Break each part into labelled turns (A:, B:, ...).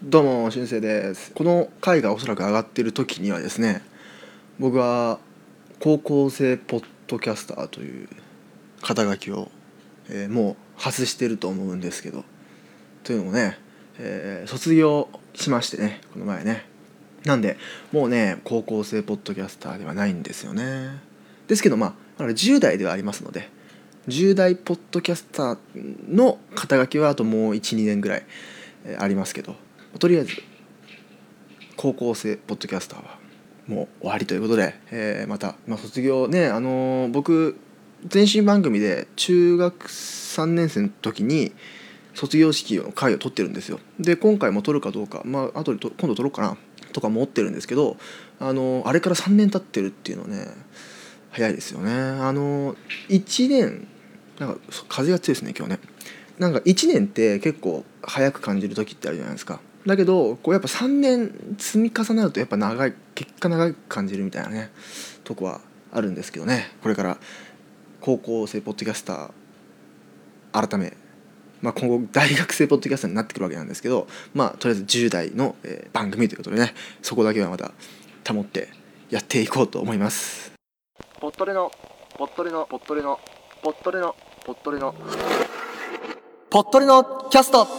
A: どうもしゅんせいです。この回がおそらく上がっている時にはですね、僕は高校生ポッドキャスターという肩書きを、もう外してると思うんですけど、というのもね、卒業しましてね、この前ね。なんでもうね、高校生ポッドキャスターではないんですよね。ですけどまだ10代ではありますので、10代ポッドキャスターの肩書きはあともう 1,2 年ぐらいありますけど、とりあえず高校生ポッドキャスターはもう終わりということで、また、卒業ね、僕前身番組で中学3年生の時に卒業式の回を撮ってるんですよ。で今回も撮るかどうか、後で今度撮ろうかなとか思ってるんですけど、あれから3年経ってるっていうのはね、早いですよね。1年なんか風が強いですね今日ね。なんか1年って結構早く感じる時ってあるじゃないですか。だけどこうやっぱ3年積み重なるとやっぱ結果長く感じるみたいなねとこはあるんですけどね。これから高校生ポッドキャスター改め、今後大学生ポッドキャスターになってくるわけなんですけど、とりあえず10代の、番組ということでね、そこだけはまた保ってやっていこうと思います。ポットレのポットレのポットレのポットレのポットレのポットレのキャスト。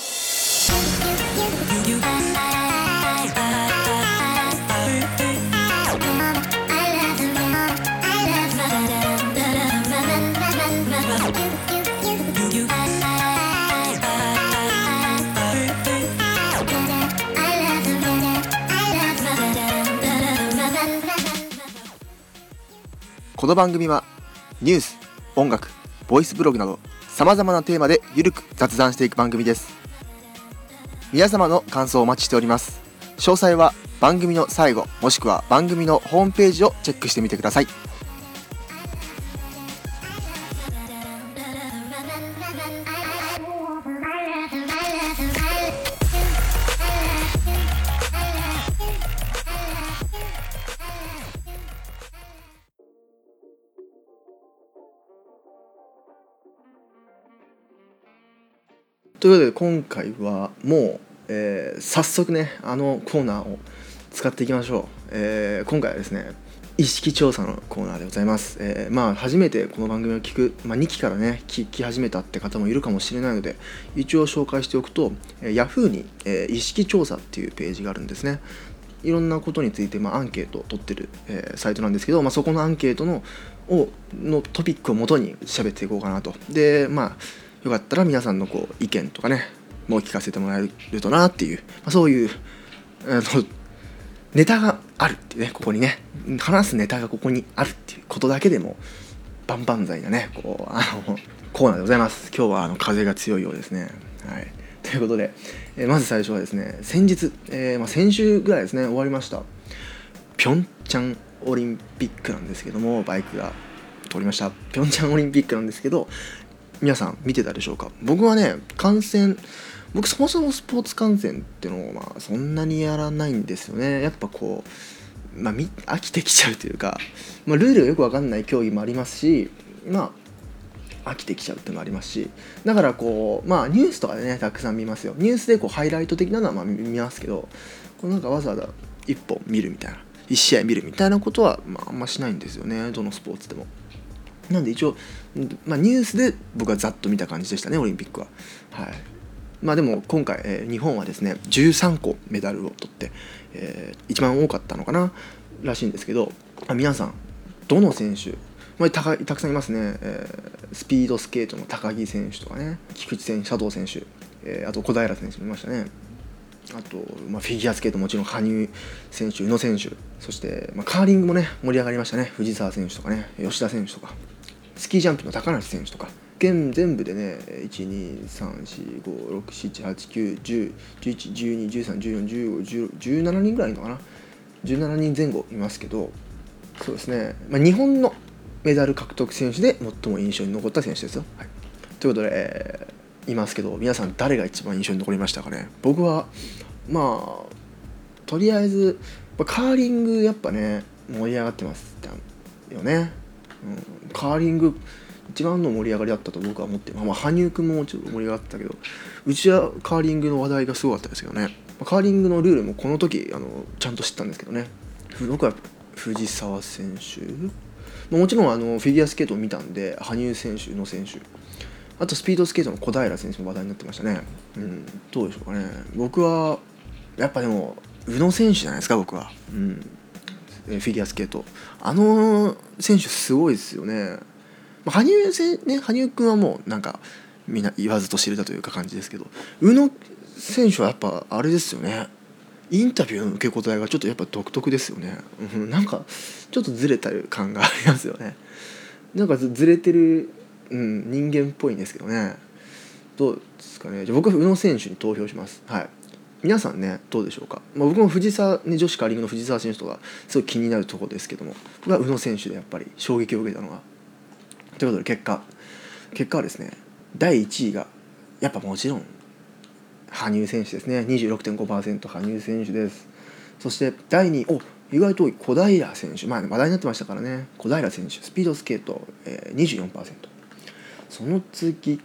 A: この番組はニュース、音楽、ボイスブログなどさまざまなテーマでゆるく雑談していく番組です。皆様の感想をお待ちしております。詳細は番組の最後もしくは番組のホームページをチェックしてみてください。ということで今回はもう、早速ねコーナーを使っていきましょう。今回はですね、意識調査のコーナーでございます。初めてこの番組を聞く、2期からね聞き始めたって方もいるかもしれないので一応紹介しておくと、Yahoo に、意識調査っていうページがあるんですね。いろんなことについて、アンケートを取ってる、サイトなんですけど、そこのアンケートのトピックをもとに喋っていこうかなと。でよかったら皆さんの意見とかねもう聞かせてもらえるとなっていう、そういうネタがあるっていうね、ここにね話すネタがここにあるっていうことだけでも万々歳なねコーナーでございます。今日は風が強いようですね。はい、ということで、まず最初はですね、先日、先週ぐらいですね終わりましたピョンチャンオリンピックなんですけども、バイクが通りましたピョンチャンオリンピックなんですけど、皆さん見てたでしょうか。僕はね僕そもそもスポーツ観戦っていうのをそんなにやらないんですよね。やっぱ飽きてきちゃうというか、ルールがよく分かんない競技もありますし、飽きてきちゃうっていうのもありますし、だからニュースとかでねたくさん見ますよ。ニュースでハイライト的なのは見ますけど、なんかわざわざ一本見るみたいな、一試合見るみたいなことはあんましないんですよね、どのスポーツでも。なんで一応、ニュースで僕はざっと見た感じでしたね、オリンピックは。はい。でも今回、日本はですね13個メダルを取って、一番多かったのかならしいんですけど、皆さんどの選手、たくさんいますね。スピードスケートの高木選手とかね、菊池選手、佐藤選手、あと小平選手もいましたね。あと、フィギュアスケートもちろん羽生選手、宇野選手、そして、カーリングもね盛り上がりましたね。藤澤選手とかね、吉田選手とか、スキージャンプの高梨選手とか、全部でね 1,2,3,4,5,6,7,8,9,10,11,12,13,14,15,17 人ぐらいいるのかな、17人前後いますけど、そうですね、日本のメダル獲得選手で最も印象に残った選手ですよ。はい、ということで、いますけど、皆さん誰が一番印象に残りましたかね。僕はとりあえずカーリングやっぱね盛り上がってますよね。カーリング一番の盛り上がりだったと僕は思って、羽生くんもちょっと盛り上がってたけど、うちはカーリングの話題がすごかったですけどね。 カーリングのルールもこの時ちゃんと知ったんですけどね。僕は藤澤選手、もちろんフィギュアスケートを見たんで、羽生選手、宇野選手、あとスピードスケートの小平選手も話題になってましたね。どうでしょうかね。僕はやっぱでも宇野選手じゃないですか、僕は。フィギュアスケート、選手すごいですよね。羽生君はもうなんかみんな言わずと知れたというか感じですけど、宇野選手はやっぱあれですよね。インタビューの受け答えがちょっとやっぱ独特ですよね。なんかちょっとずれた感がありますよね。なんかずれてる、人間っぽいんですけどね。どうですかね。じゃあ僕は宇野選手に投票します。はい。皆さんね、どうでしょうか。僕も藤澤、ね、女子カーリングの藤澤選手とかすごい気になるところですけども、僕は宇野選手でやっぱり衝撃を受けたのは。ということで結果はですね、第1位がやっぱもちろん羽生選手ですね。 26.5% 羽生選手です。そして第2位、意外と小平選手、話題になってましたからね。小平選手スピードスケート、24%。その次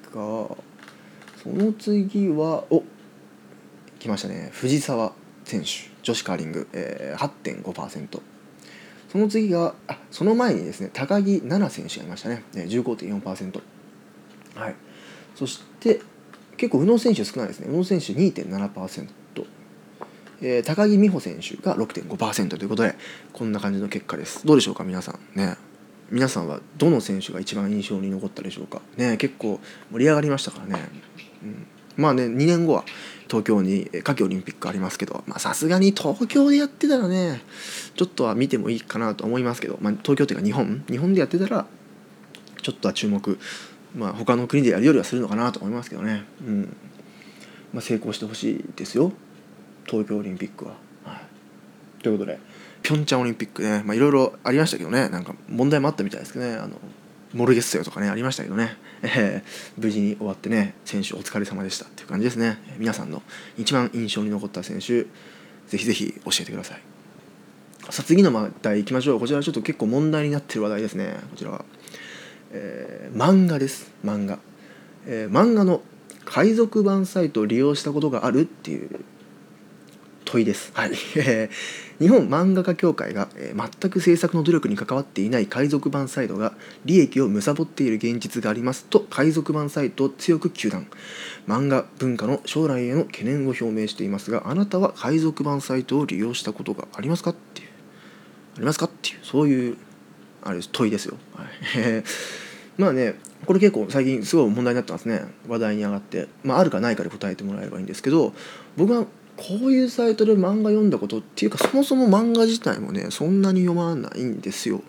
A: は来ましたね、藤澤選手女子カーリング、8.5%。その次がその前にですね、高木菜那選手がいましたね、15.4%。はい。そして結構宇野選手少ないですね。宇野選手 2.7%、高木美帆選手が 6.5% ということで、こんな感じの結果です。どうでしょうか皆さんね。皆さんはどの選手が一番印象に残ったでしょうかね。結構盛り上がりましたからね。2年後は東京に夏季オリンピックありますけど、さすがに東京でやってたらね、ちょっとは見てもいいかなと思いますけど、東京というか日本でやってたらちょっとは注目、他の国でやるよりはするのかなと思いますけどね。成功してほしいですよ、東京オリンピックは。ということでピョンチャンオリンピックね、いろいろありましたけどね、なんか問題もあったみたいですけどね、モルゲッセよとかねありましたけどね、無事に終わってね、選手お疲れ様でしたっていう感じですね。皆さんの一番印象に残った選手、ぜひぜひ教えてください。さあ次の話題いきましょう。こちらはちょっと結構問題になっている話題ですね。こちらは、漫画です。漫画の海賊版サイトを利用したことがあるっていう問いです。はい。日本漫画家協会が、全く制作の努力に関わっていない海賊版サイトが利益を貪っている現実がありますと、海賊版サイトを強く糾弾。漫画文化の将来への懸念を表明していますが、あなたは海賊版サイトを利用したことがありますかっていうそういう問いですよ。はい。これ結構最近すごい問題になってますね。話題に上がって、あるかないかで答えてもらえればいいんですけど、僕はこういうサイトで漫画読んだことっていうか、そもそも漫画自体もねそんなに読まないんですよ。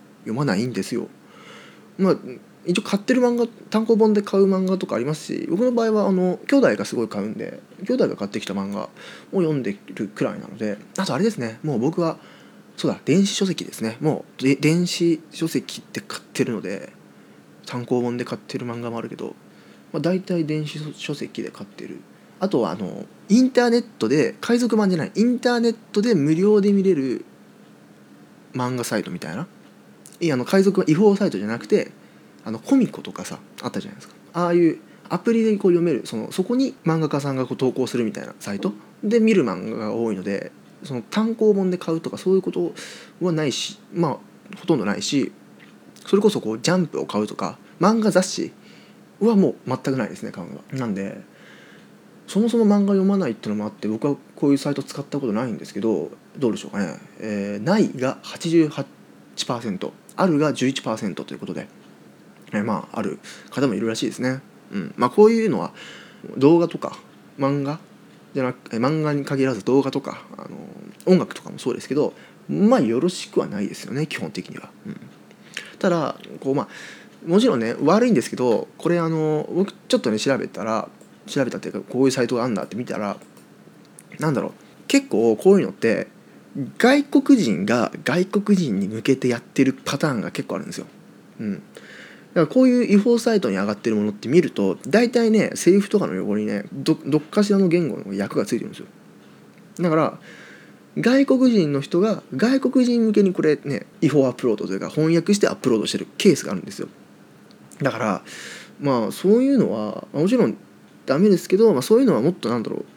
A: 一応買ってる漫画、単行本で買う漫画とかありますし、僕の場合は兄弟がすごい買うんで、兄弟が買ってきた漫画を読んでるくらいなので、あとあれですね、もう僕は電子書籍ですね。もう電子書籍って買ってるので、単行本で買ってる漫画もあるけど、大体電子書籍で買ってる。あとはインターネットで、海賊版じゃない、インターネットで無料で見れる漫画サイトみたいな、海賊版違法サイトじゃなくて、コミコとかさあったじゃないですか。ああいうアプリで読める、そこに漫画家さんが投稿するみたいなサイトで見る漫画が多いので、単行本で買うとかそういうことはないし、ほとんどないし、それこそジャンプを買うとか漫画雑誌はもう全くないですね、買うのは。なんでそもそも漫画読まないっていうのもあって、僕はこういうサイト使ったことないんですけど、どうでしょうかね。ないが 88%、 あるが 11% ということで、ある方もいるらしいですね。こういうのは動画とか漫画じゃなく、漫画に限らず動画とか音楽とかもそうですけど、よろしくはないですよね、基本的には。ただもちろんね悪いんですけど、これ僕ちょっとね調べたっていうか、こういうサイトがあるんだって見たら、結構こういうのって外国人が外国人に向けてやってるパターンが結構あるんですよ。だからこういう違法サイトに上がってるものって見ると、大体ねセリフとかの横にねどっかしらの言語の訳がついてるんですよ。だから外国人の人が外国人向けにこれね違法アップロードというか翻訳してアップロードしてるケースがあるんですよ。だからそういうのはもちろんダメですけど、そういうのはもっと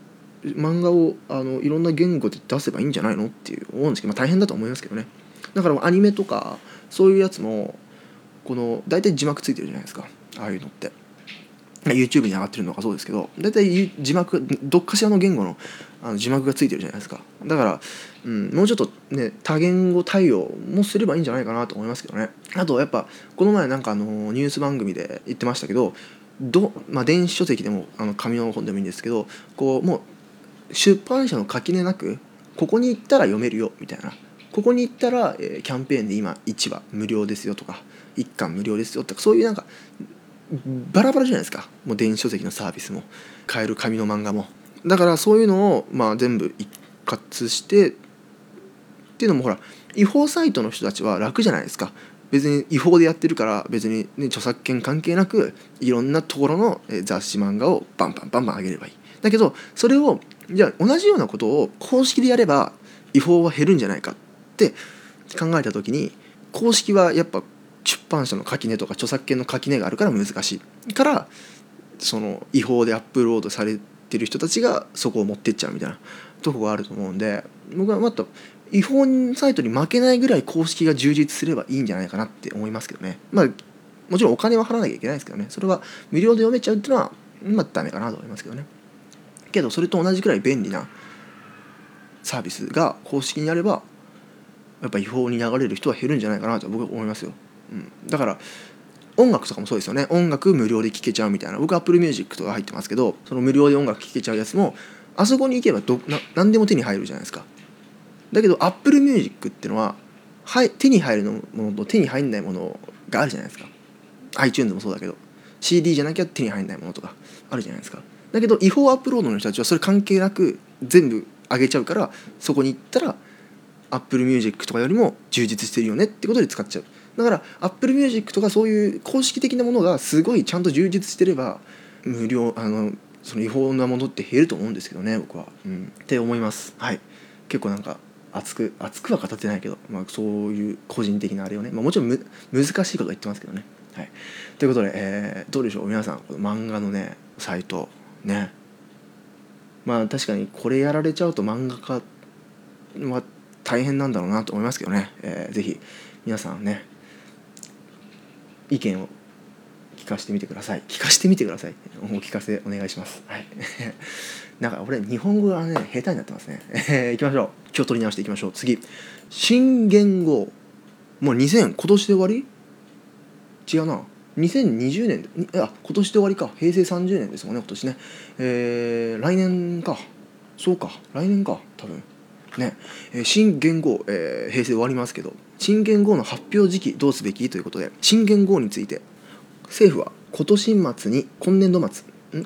A: 漫画をいろんな言語で出せばいいんじゃないのって思うんですけど、大変だと思いますけどね。だからアニメとかそういうやつも大体字幕ついてるじゃないですか、ああいうのって。YouTube に上がってるのがそうですけど、大体字幕どっかしらの言語の字幕がついてるじゃないですか。だから、もうちょっとね多言語対応もすればいいんじゃないかなと思いますけどね。あとやっぱこの前ニュース番組で言ってましたけど、電子書籍でも紙の本でもいいんですけど、もう出版社の垣根なくここに行ったら読めるよみたいな、ここに行ったら、キャンペーンで今1話無料ですよとか1巻無料ですよとか、そういうバラバラじゃないですか、もう電子書籍のサービスも買える紙の漫画も。だからそういうのを全部一括してっていうのも、ほら違法サイトの人たちは楽じゃないですか。別に違法でやってるから別に、ね、著作権関係なくいろんなところの雑誌漫画をバンバン上げればいい。だけどそれをじゃあ同じようなことを公式でやれば違法は減るんじゃないかって考えた時に、公式はやっぱ出版社の垣根とか著作権の垣根があるから難しいから、その違法でアップロードされてる人たちがそこを持ってっちゃうみたいなとこがあると思うんで、僕はもっと違法サイトに負けないぐらい公式が充実すればいいんじゃないかなって思いますけどね。もちろんお金は払わなきゃいけないですけどね、それは無料で読めちゃうっていうのはダメかなと思いますけどね。けどそれと同じくらい便利なサービスが公式になればやっぱ違法に流れる人は減るんじゃないかなと僕は思いますよ。だから音楽とかもそうですよね。音楽無料で聴けちゃうみたいな。僕は Apple Music とか入ってますけど、その無料で音楽聴けちゃうやつもあそこに行けば何でも手に入るじゃないですか。だけど Apple Music っていうのは、手に入るものと手に入んないものがあるじゃないですか。 iTunes もそうだけど CD じゃなきゃ手に入んないものとかあるじゃないですか。だけど違法アップロードの人たちはそれ関係なく全部上げちゃうから、そこに行ったら Apple Music とかよりも充実してるよねってことで使っちゃう。だから Apple Music とかそういう公式的なものがすごいちゃんと充実してれば無料その違法なものって減ると思うんですけどね、僕は、って思います。はい。結構熱くは語ってないけど、そういう個人的なあれをね、もちろん難しいことは言ってますけどね。はい。ということで、どうでしょう皆さん、この漫画のねサイトね、確かにこれやられちゃうと漫画家は大変なんだろうなと思いますけどね。ぜひ皆さんね意見を聞かせてみてください。お聞かせお願いします。はい。俺日本語がね下手になってますね。行きましょう。今日取り直していきましょう。次、新元号。もう今年で終わり？違うな。2020年今年で終わりか。平成30年ですもんね、今年ね。来年か。そうか、来年か多分ね。新元号、平成終わりますけど、新元号の発表時期どうすべきということで、新元号について政府は今年の末に今年の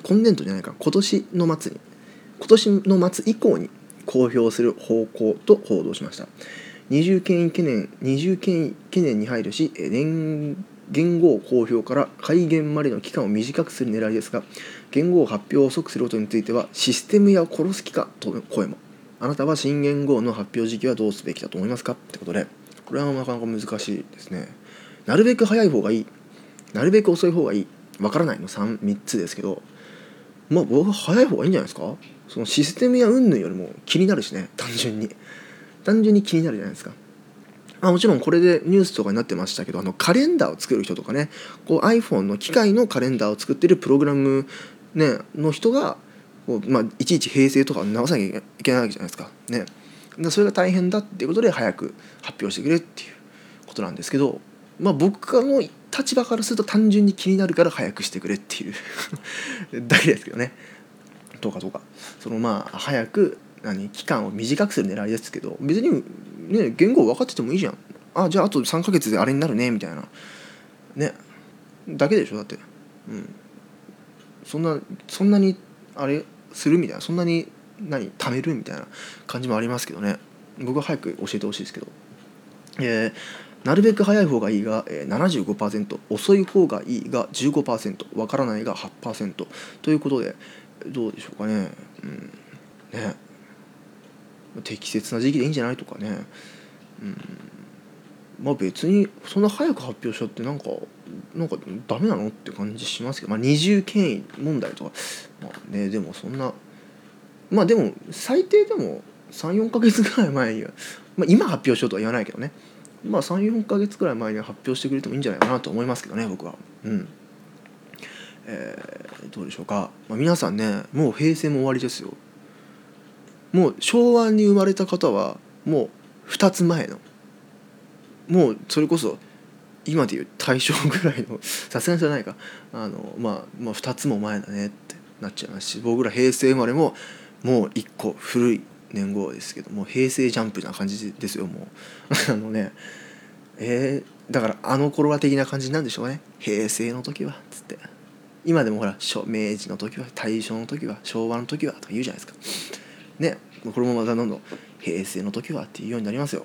A: 末以降に公表する方向と報道しました。二重権威懸念に配慮し、元号公表から改元までの期間を短くする狙いですが、元号発表を遅くすることについてはシステムや殺す気かとの声も。あなたは新元号の発表時期はどうすべきだと思いますかってことで、これはなかなか難しいですね。なるべく早い方がいい、なるべく遅い方がいい、わからないの3つですけど、僕は早い方がいいんじゃないですか。そのシステムや云々よりも気になるしね、単純に気になるじゃないですか。もちろんこれでニュースとかになってましたけど、カレンダーを作る人とかね、iPhone の機械のカレンダーを作ってるプログラム、ね、の人がいちいち平成とか直さなきゃいけないわけじゃないですかね。それが大変だっていうことで早く発表してくれっていうことなんですけど、僕の立場からすると単純に気になるから早くしてくれっていうだけですけどね。どうか早く期間を短くする狙いですけど、別にね言語分かっててもいいじゃん。じゃああと3ヶ月であれになるねみたいなねだけでしょ。だってそんなにあれするみたいな、そんなに貯めるみたいな感じもありますけどね。僕は早く教えてほしいですけど、なるべく早い方がいいが 75%、 遅い方がいいが 15%、 わからないが 8% ということで、どうでしょうかね。ね、適切な時期でいいんじゃないとかね。別にそんな早く発表しちゃってなんかダメなのって感じしますけど、二重権威問題とかでもそんなまあでも最低でも 3,4 ヶ月ぐらい前には、今発表しようとは言わないけどね、3,4 ヶ月ぐらい前には発表してくれてもいいんじゃないかなと思いますけどね、僕は。どうでしょうか、皆さんね、もう平成も終わりですよ。もう昭和に生まれた方はもう2つ前の、もうそれこそ今でいう大正ぐらいのさすがにじゃないか、2つも前だねってなっちゃいますし、僕ら平成生まれももう1個古い年号ですけども、平成ジャンプな感じですよ。もうだからあの頃は的な感じなんでしょうね。平成の時はつって、今でもほら明治の時は、大正の時は、昭和の時はとか言うじゃないですかね。これもまたどんどん平成の時はっていうようになりますよ。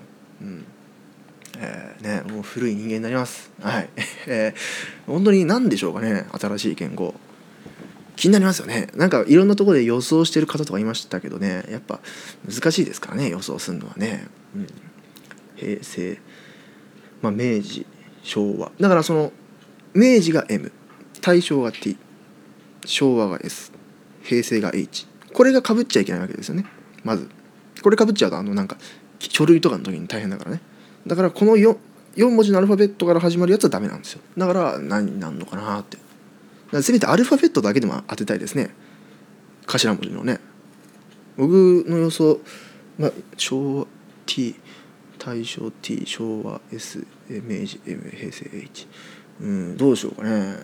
A: もう古い人間になります。はい。本当に何でしょうかね、新しい言語気になりますよね。なんかいろんなところで予想してる方とかいましたけどね、やっぱ難しいですからね、予想するのはね。平成、明治、昭和、だからその明治が M、 大正が T、 昭和が S、 平成が H、 これが被っちゃいけないわけですよね。まずこれ被っちゃうとなんか書類とかの時に大変だからね。だからこの 4文字のアルファベットから始まるやつはダメなんですよ。だから何になるのかなって、せめてアルファベットだけでも当てたいですね、頭文字のね。僕の予想、昭和 T、 大正 T、 昭和 S、 明治 M、 平成 H、 どうでしょうかね。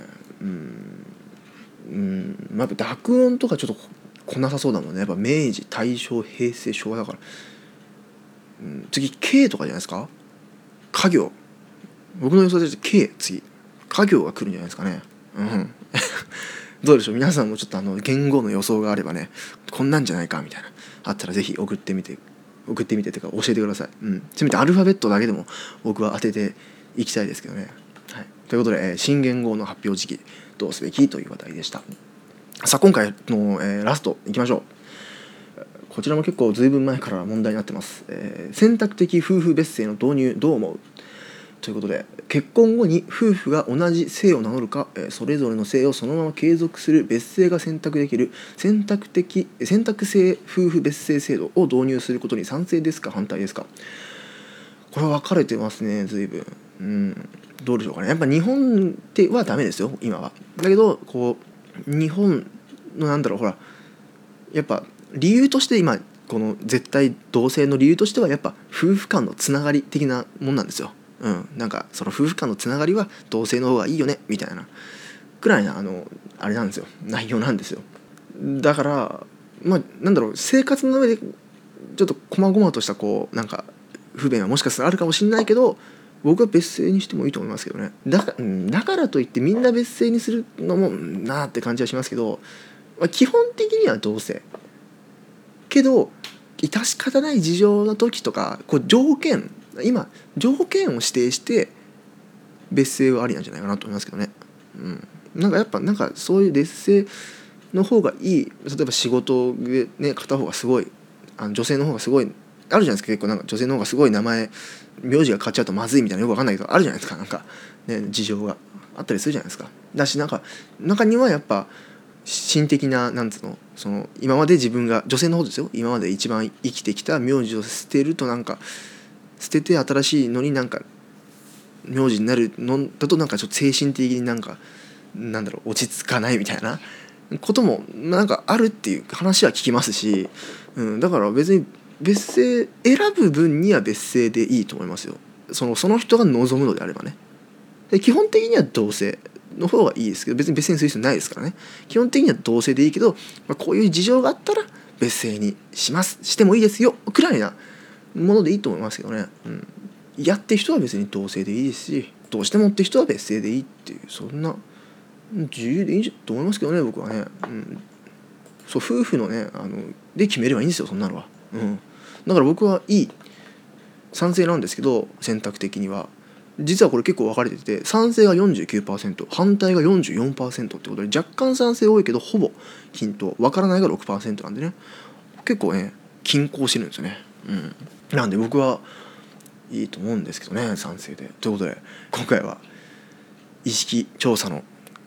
A: やっぱ濁音とかちょっと来なさそうだもんね。やっぱ明治、大正、平成、昭和だから、次 K とかじゃないですか。家業、僕の予想で K、 次家業が来るんじゃないですかね。どうでしょう、皆さんもちょっと言語の予想があればね、こんなんじゃないかみたいなあったらぜひ送ってみてっていうか教えてください。せめてアルファベットだけでも僕は当てていきたいですけどね。はい、ということで、新元号の発表時期どうすべきという話題でした。さあ今回の、ラストいきましょう。こちらも結構ずいぶん前から問題になってます。選択的夫婦別姓の導入どう思うということで、結婚後に夫婦が同じ姓を名乗るか、それぞれの姓をそのまま継続する別姓が選択できる選択制夫婦別姓制度を導入することに賛成ですか反対ですか。これは分かれてますね、随分。どうでしょうかね。やっぱ日本ではダメですよ今は。だけどこう日本のほら、やっぱ理由として今この絶対同性の理由としてはやっぱ夫婦間のつながり的なもんなんですよ。なんかその夫婦間のつながりは同性の方がいいよねみたいなくらいなあれなんですよ、内容なんですよ。だから生活の上でちょっと細々としたなんか不便はもしかしたらあるかもしれないけど、僕は別姓にしてもいいと思いますけどね。だからといってみんな別姓にするのもなーって感じはしますけど、基本的には同性けど致し方ない事情の時とか条件を指定して別姓はありなんじゃないかなと思いますけどね。やっぱそういう別姓の方がいい。例えば仕事でね、片方がすごい女性の方がすごいあるじゃないですか。結構女性の方がすごい名前名字が変わっちゃうとまずいみたいなよく分かんないけどあるじゃないですか。事情があったりするじゃないですか。だし中にはやっぱ心的なその今まで自分が女性の方ですよ、今まで一番生きてきた名字を捨てると捨てて新しいのに名字になるのだとちょっと精神的に落ち着かないみたいなこともあるっていう話は聞きますし、だから別に別姓選ぶ分には別姓でいいと思いますよ。その人が望むのであればね。で基本的には同姓の方がいいですけど、別に別姓にする必要ないですからね。基本的には同姓でいいけど、こういう事情があったら別姓にしてもいいですよくらいなものでいいと思いますけどね。やって人は別に同姓でいいですし、どうしてもって人は別姓でいいっていう、そんな自由でいいと思いますけどね、僕はね。そう夫婦のねで決めればいいんですよ、そんなのは。だから僕はいい賛成なんですけど、選択的には実はこれ結構分かれてて、賛成が 49%、 反対が 44% ってことで、若干賛成多いけどほぼ均等、分からないが 6% なんでね、結構ね均衡してるんですよね。なんで僕はいいと思うんですけどね、賛成で。ということで今回は意識調査の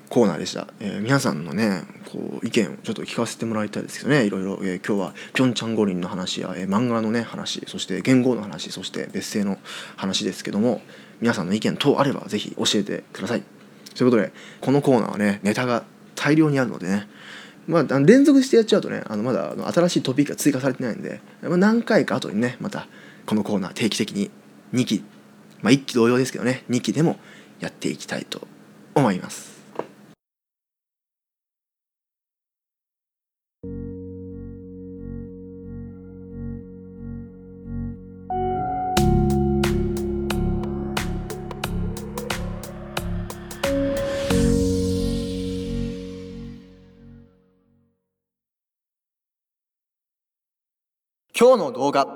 A: コーナーでした。皆さんのねこう意見をちょっと聞かせてもらいたいですけどね、いろいろ、今日はピョンチャン五輪の話や、漫画のね話、そして元号の話、そして別姓の話ですけども、皆さんの意見等あればぜひ教えてください。ということでこのコーナーはねネタが大量にあるのでね、連続してやっちゃうとねまだ新しいトピックが追加されてないんで、何回か後にねまたこのコーナー定期的に2期、1期同様ですけどね2期でもやっていきたいと思います。今日の動画。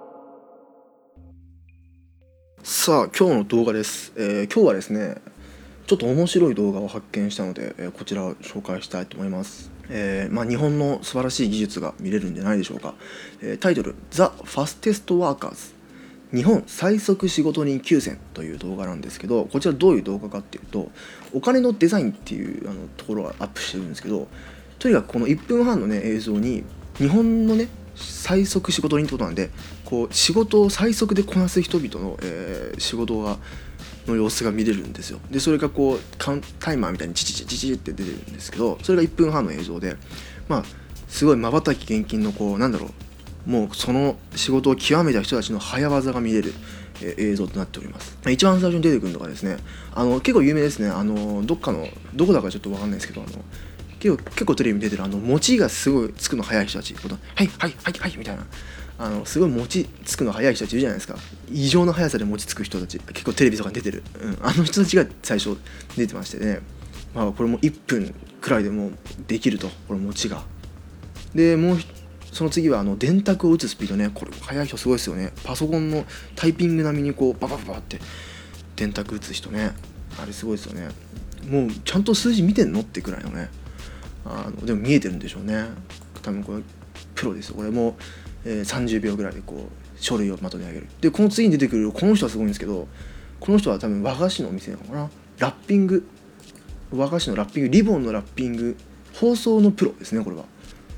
A: さあ今日の動画です。今日はですねちょっと面白い動画を発見したので、こちらを紹介したいと思います。日本の素晴らしい技術が見れるんじゃないでしょうか。タイトル The Fastest Workers 日本最速仕事人9選という動画なんですけど、こちらどういう動画かっていうと、お金のデザインっていうところがアップしてるんですけど、とにかくこの1分半のね映像に日本のね最速仕事人ってことなんで、こう仕事を最速でこなす人々の、仕事の様子が見れるんですよ。でそれがこうタイマーみたいにチチチチチって出てるんですけど、それが1分半の映像で、すごい瞬き厳禁のこうもうその仕事を極めた人たちの早技が見れる、映像となっております。一番最初に出てくるのがですね、結構有名ですね。どこだかちょっと分かんないですけど、結構テレビに出てる餅がすごいつくの早い人たち、はいはいはいはいみたいな、すごい餅つくの早い人たちいるじゃないですか。異常な速さで餅つく人たち、結構テレビとかに出てる、あの人たちが最初出てましてね、これも1分くらいでもうできると、これ餅が。でもうその次は電卓を打つスピードね、これ速い人すごいですよね。パソコンのタイピング並みにこうババババって電卓打つ人ね、あれすごいですよね。もうちゃんと数字見てんのってくらいのね、でも見えてるんでしょうね。多分これプロですよ。これも、30秒ぐらいでこう書類をまとめ上げる。でこの次に出てくるこの人はすごいんですけど、この人は多分和菓子のお店なのかな、ラッピング、和菓子のラッピング、リボンのラッピング包装のプロですね。これは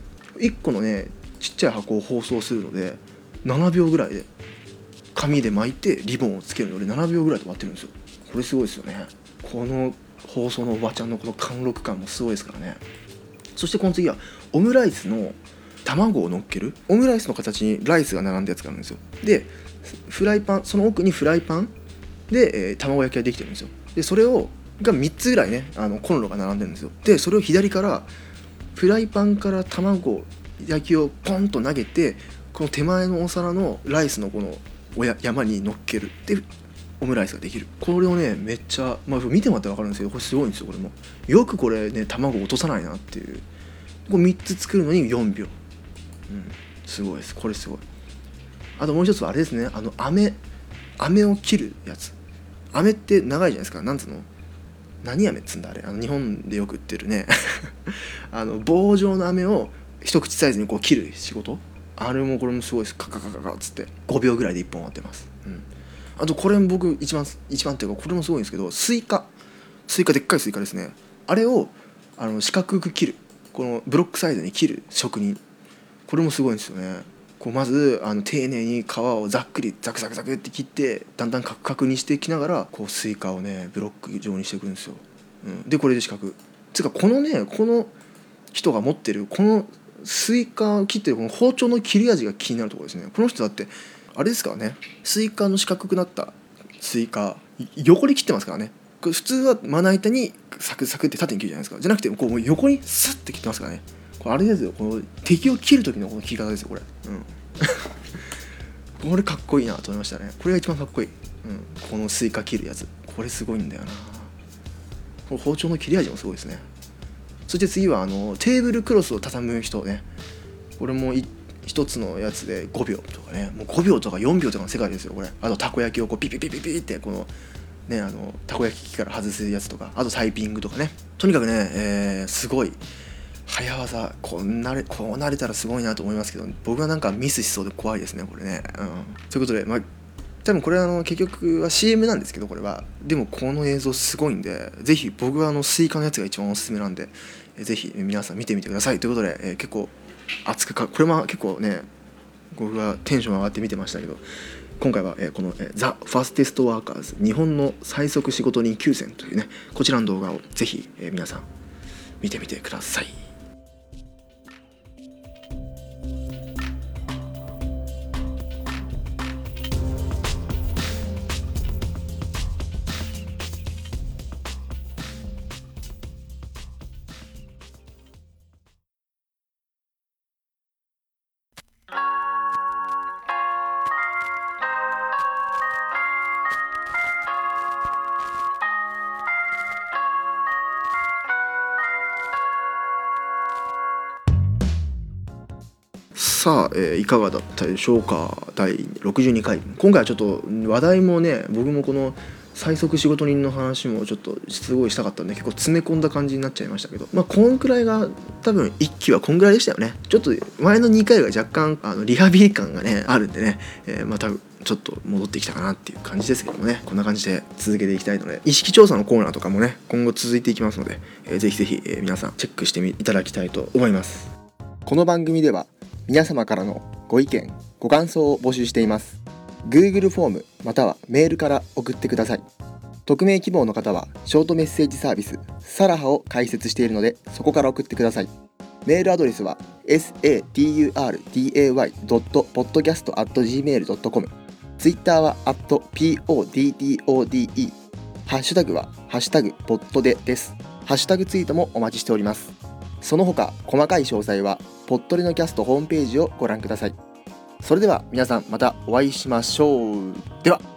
A: 1個のねちっちゃい箱を包装するので7秒ぐらいで紙で巻いてリボンをつけるので7秒ぐらいで終わってるんですよ。これすごいですよね。この包装のおばちゃんのこの貫禄感もすごいですからね。そしてこの次はオムライスの卵を乗っける、オムライスの形にライスが並んだやつがあるんですよ。でフライパン、その奥にフライパンで、卵焼きができてるんですよ。でそれが3つぐらいねコンロが並んでるんですよ。でそれを左からフライパンから卵焼きをポンと投げて、この手前のお皿のライスのこの山に乗っけるでオムライスができる。これをねめっちゃ、見てもらったら分かるんですけど、これすごいんですよ。これもよくこれね卵落とさないなっていう。これ3つ作るのに4秒、すごいです。これすごい。あともう一つはあれですね、飴を切るやつ。飴って長いじゃないですか。なんつうの、何飴っつんだあれ、日本でよく売ってるね棒状の飴を一口サイズにこう切る仕事、あれもこれもすごいです。カカカカカっつって5秒ぐらいで1本終わってます。あとこれも僕一番っていうかこれもすごいんですけど、スイカでっかいスイカですね。あれを四角く切る、このブロックサイズに切る職人、これもすごいんですよね。こうまず丁寧に皮をざっくりザクザクザクって切って、だんだんカクカクにしていきながらこうスイカをねブロック状にしていくんですよ。でこれで四角つうか、この人が持ってるこのスイカを切ってるこの包丁の切れ味が気になるところですね。この人だってあれですからね、スイカの四角くなったスイカ横に切ってますからね。これ普通はまな板にサクサクって縦に切るじゃないですか。じゃなくてこう横にスッて切ってますからね。これあれですよ、この敵を切る時のこの切り方ですよこれ。これかっこいいなと思いましたね。これが一番かっこいい。このスイカ切るやつ、これすごいんだよな。この包丁の切れ味もすごいですね。そして次はテーブルクロスを畳む人ね。これも一つのやつで5秒とかね、もう5秒とか4秒とかの世界ですよこれ。あとたこ焼きをこうピピピピピってこのねたこ焼き器から外すやつとか、あとタイピングとかね。とにかくね、すごい早技、こうなれたらすごいなと思いますけど、僕はなんかミスしそうで怖いですねこれね。ということで多分これは結局は CM なんですけど、これはでもこの映像すごいんで、ぜひ僕はスイカのやつが一番おすすめなんで、ぜひ皆さん見てみてくださいということで、結構熱くこれも結構ね僕はテンション上がって見てましたけど、今回はこのザ・ファステストワーカーズ日本の最速仕事人9選というね、こちらの動画をぜひ皆さん見てみてください。さあ、いかがだったでしょうか。第62回、今回はちょっと話題もね、僕もこの最速仕事人の話もちょっとすごいしたかったんで、結構詰め込んだ感じになっちゃいましたけど、こんくらいが多分1期はこんくらいでしたよね。ちょっと前の2回が若干リハビリ感がねあるんでね、またちょっと戻ってきたかなっていう感じですけどもね、こんな感じで続けていきたいので、意識調査のコーナーとかもね今後続いていきますので、ぜひぜひ、皆さんチェックしていただきたいと思います。この番組では皆様からのご意見ご感想を募集しています。 Google フォームまたはメールから送ってください。匿名希望の方はショートメッセージサービスサラハを開設しているので、そこから送ってください。メールアドレスは saturday.podcast@gmail.com、 Twitter は @poddode、 ハッシュタグはハッシュタグポッドでです。ハッシュタグツイートもお待ちしております。その他細かい詳細はポッドレのキャストホームページをご覧ください。それでは皆さんまたお会いしましょう。では。